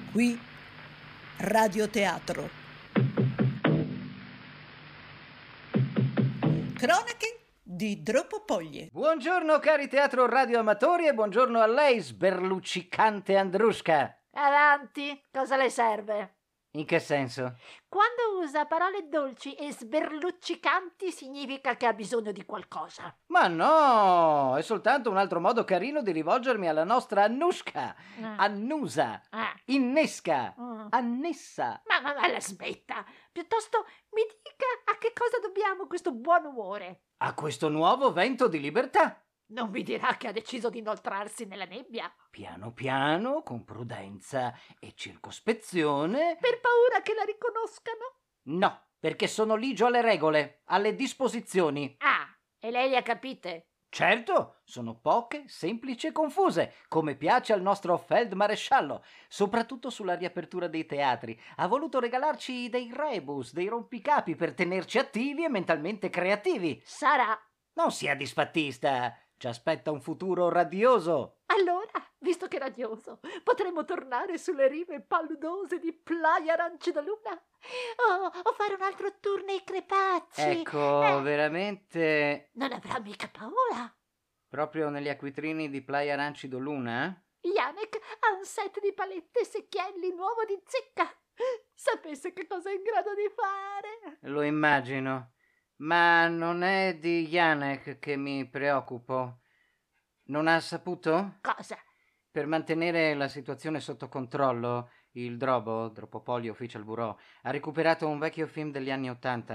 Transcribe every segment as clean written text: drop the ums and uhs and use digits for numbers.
Qui Radioteatro. Cronache di Dropopoglie. Buongiorno cari teatro radioamatori e buongiorno a lei, sberluccicante Andrushka. Avanti, cosa le serve? In che senso? Quando usa parole dolci e sberluccicanti significa che ha bisogno di qualcosa. Ma no, è soltanto un altro modo carino di rivolgermi alla nostra Annushka, annusa, innesca, annessa. Ma la smetta! Piuttosto mi dica a che cosa dobbiamo questo buon umore. A questo nuovo vento di libertà. Non mi dirà che ha deciso di inoltrarsi nella nebbia? Piano piano, con prudenza e circospezione. Per paura che la riconoscano? No, perché sono ligio alle regole, alle disposizioni. Ah, e lei le ha capite? Certo, sono poche, semplici e confuse, come piace al nostro feldmaresciallo, soprattutto sulla riapertura dei teatri. Ha voluto regalarci dei rebus, dei rompicapi per tenerci attivi e mentalmente creativi. Sarà. Non sia disfattista, ci aspetta un futuro radioso. Allora, visto che è radioso, potremmo tornare sulle rive paludose di Playa Arancioluna? O fare un altro tour nei crepacci? Ecco, veramente... Non avrà mica paura? Proprio negli acquitrini di Playa Arancioluna? Janek ha un set di palette e secchielli nuovo di zecca. Sapesse che cosa è in grado di fare? Lo immagino. Ma non è di Janek che mi preoccupo. Non ha saputo? Cosa? Per mantenere la situazione sotto controllo, il Dropopoglio Official Bureau, ha recuperato un vecchio film degli anni '80.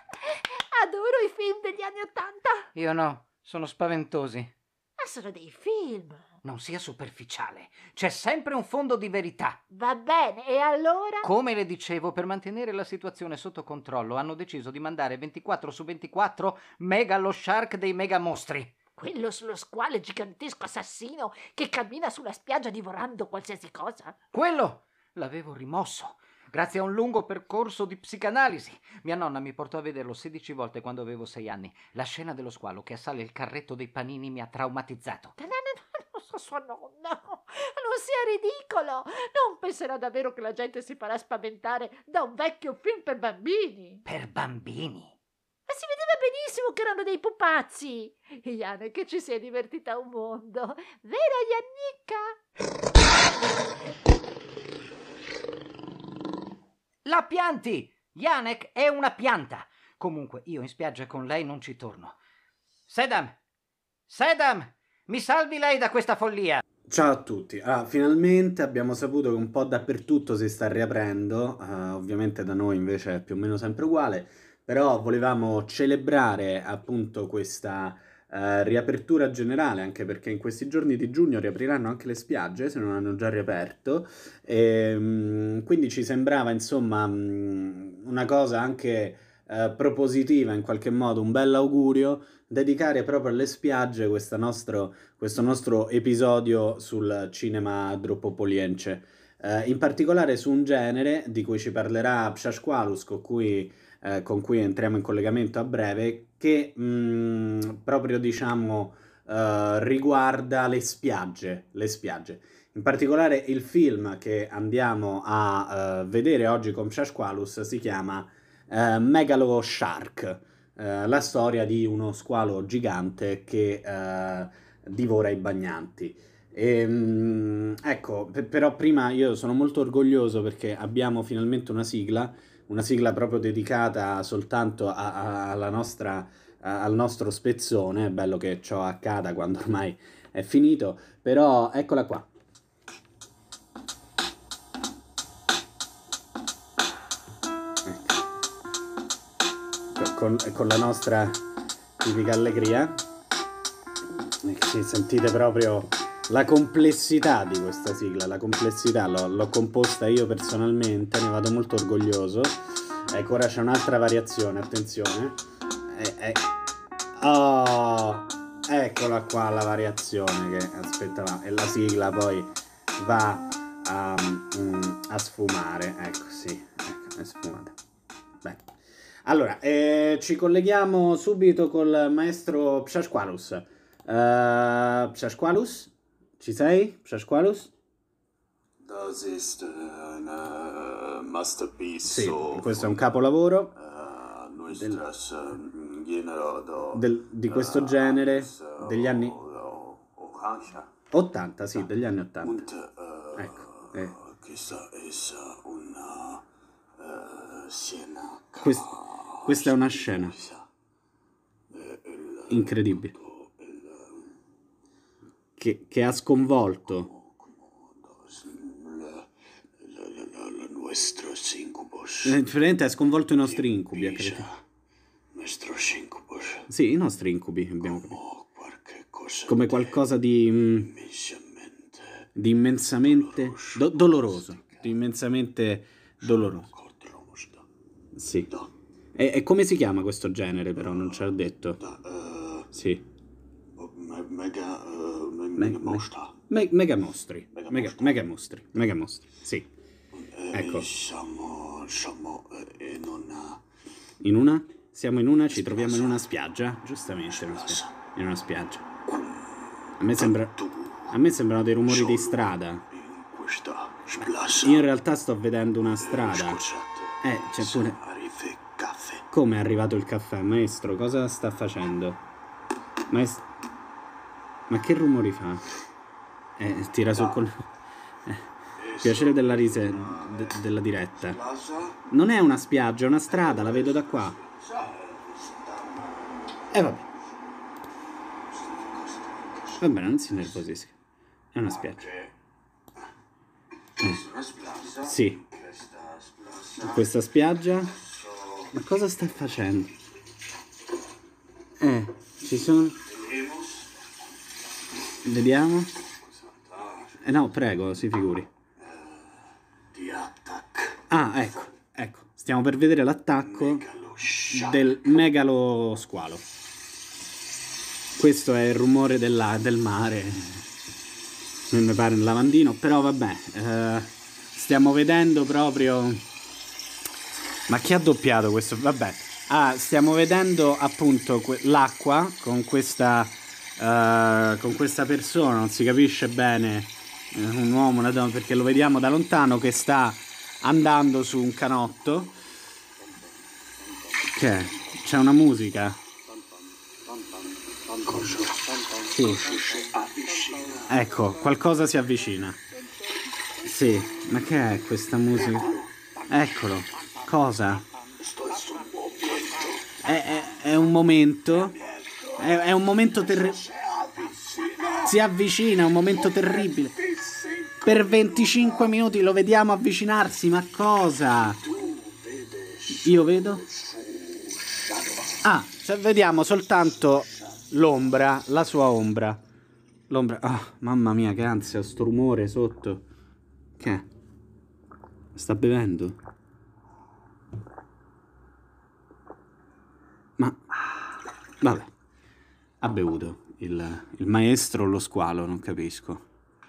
Ah! Adoro i film degli anni '80! Io no, sono spaventosi. Ma sono dei film! Non sia superficiale, c'è sempre un fondo di verità. Va bene, e allora? Come le dicevo, per mantenere la situazione sotto controllo hanno deciso di mandare 24 su 24 Megalo Shark dei mega mostri. Quello sullo squalo gigantesco assassino che cammina sulla spiaggia divorando qualsiasi cosa? Quello l'avevo rimosso, grazie a un lungo percorso di psicanalisi. Mia nonna mi portò a vederlo 16 volte quando avevo 6 anni. La scena dello squalo che assale il carretto dei panini mi ha traumatizzato. Non so sua nonna, non sia ridicolo. Non penserà davvero che la gente si farà spaventare da un vecchio film per bambini? Per bambini? Ma si vedeva benissimo che erano dei pupazzi. Iane, che ci si è divertita un mondo. Vero, Iannicca? La pianti! Janek è una pianta. Comunque, io in spiaggia con lei non ci torno. Sedam! Sedam! Mi salvi lei da questa follia! Ciao a tutti, finalmente abbiamo saputo che un po' dappertutto si sta riaprendo, ovviamente da noi invece è più o meno sempre uguale, però volevamo celebrare appunto questa riapertura generale, anche perché in questi giorni di giugno riapriranno anche le spiagge, se non hanno già riaperto, e quindi ci sembrava insomma una cosa anche propositiva in qualche modo, un bel augurio, dedicare proprio alle spiagge questo nostro episodio sul cinema dropopoliense, in particolare su un genere di cui ci parlerà Pshashqualus, con cui entriamo in collegamento a breve, che proprio diciamo riguarda le spiagge. In particolare il film che andiamo a vedere oggi con Pshashqualus si chiama Megalo Shark, la storia di uno squalo gigante che divora i bagnanti. Ecco, però prima io sono molto orgoglioso perché abbiamo finalmente una sigla proprio dedicata soltanto al nostro spezzone. È bello che ciò accada quando ormai è finito, però eccola qua. Con la nostra tipica allegria. Sì, sentite proprio la complessità di questa sigla, l'ho composta io personalmente, ne vado molto orgoglioso. Ecco, ora c'è un'altra variazione, attenzione. Oh, eccola qua la variazione che aspettava, e la sigla poi va a sfumare. Ecco, sì, ecco, è sfumata. Bene. Allora, ci colleghiamo subito col maestro Pshashqualus. Pshashqualus? Ci sei? Pshashqualus? Das ist ein Masterpiece. Sì, questo è un capolavoro Nuestras genero di questo genere degli anni Orange. 80, sì, degli anni 80. Und Ecco, questa è una scena. questa è una scena incredibile che ha sconvolto Veramente ha sconvolto i nostri incubi, credo. Sì, i nostri incubi, abbiamo capito. Come qualcosa di immensamente doloroso. Di immensamente doloroso. Sì. E come si chiama questo genere, però? Non ci ha detto. Sì. Mega mostri. Mega mostri. Sì. Ecco. Siamo In una? Siamo in una, ci troviamo in una spiaggia, giustamente, in una spiaggia. A me sembrano dei rumori di strada. Io in realtà sto vedendo una strada. C'è pure... Come è arrivato il caffè, maestro? Cosa sta facendo? Ma che rumori fa? Tira su col... Piacere della della diretta. Non è una spiaggia, è una strada, la vedo da qua. Vabbè. Va bene, non si nervosisca. È una spiaggia. Sì. Questa spiaggia. Ma cosa sta facendo? Ci sono... Vediamo. No, prego, si figuri. Ah, ecco. Stiamo per vedere l'attacco del megalo squalo. Questo è il rumore del mare. Non mi pare un lavandino, però vabbè. Stiamo vedendo proprio... Ma chi ha doppiato questo? Vabbè. Stiamo vedendo appunto l'acqua con questa persona, non si capisce bene, un uomo, una donna, perché lo vediamo da lontano che sta andando su un canotto. Che è? C'è una musica. Sì. Ecco, qualcosa si avvicina. Sì, ma che è questa musica? Eccolo. Cosa? È un momento. È un momento terribile. Si avvicina, è un momento terribile. Per 25 minuti lo vediamo avvicinarsi, ma cosa? Io vedo? Cioè vediamo soltanto l'ombra, la sua ombra. L'ombra. Mamma mia, che ansia, sto rumore sotto. Che è? Sta bevendo? Ma... Vabbè. Ha bevuto. Il maestro o lo squalo, non capisco.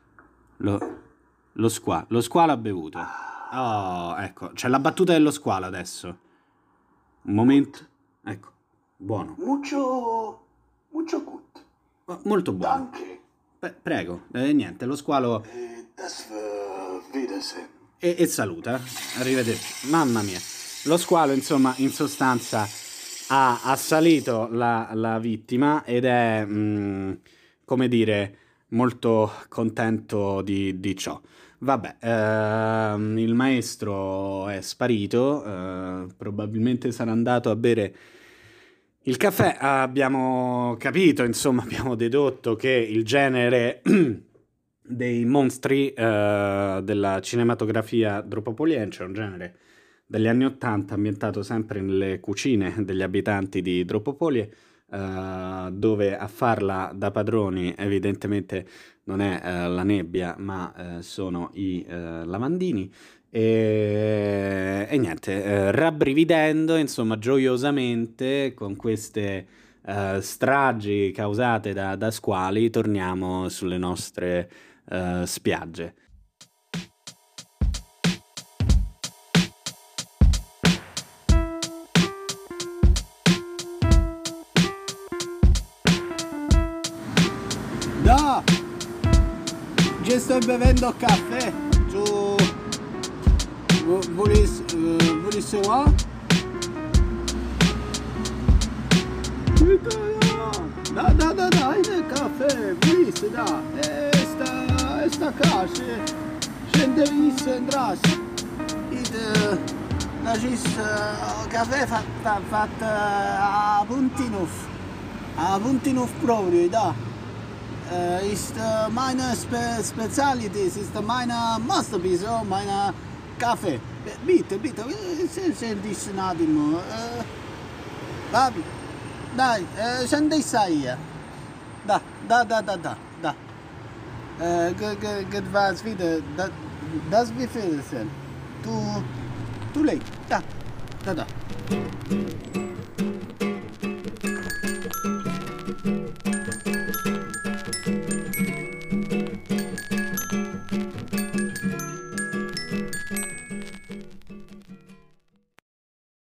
Lo squalo ha bevuto. Ecco, c'è la battuta dello squalo adesso. Un momento. Ecco, buono. Mucho gut. Molto buono. Prego, niente, lo squalo... Das Wiedersehen. E saluta. Arrivederci. Mamma mia. Lo squalo, insomma, in sostanza ha assalito la vittima ed è, come dire, molto contento di ciò. Vabbè, il maestro è sparito, probabilmente sarà andato a bere il caffè. Abbiamo capito, insomma, abbiamo dedotto che il genere dei mostri della cinematografia dropopoliense è un genere degli anni 80 ambientato sempre nelle cucine degli abitanti di Dropopolie, dove a farla da padroni evidentemente non è la nebbia, ma sono i lavandini. E niente, rabbrividendo, insomma, gioiosamente con queste stragi causate da squali, torniamo sulle nostre spiagge. No! Io sto bevendo caffè, giù! so, ah? Da, eine Kaffee, please, da. Esta cá, scende in dras. Dat is caffè fatto a Puntinov proprio, da. Ist meine Spezialität, ist meine Masterpiece, oh, meine Kaffee. Bitte, senti un attimo. Vabbè, dai, senti sai. Da. Geht was wieder. Das wie viel denn? Du lei. Da.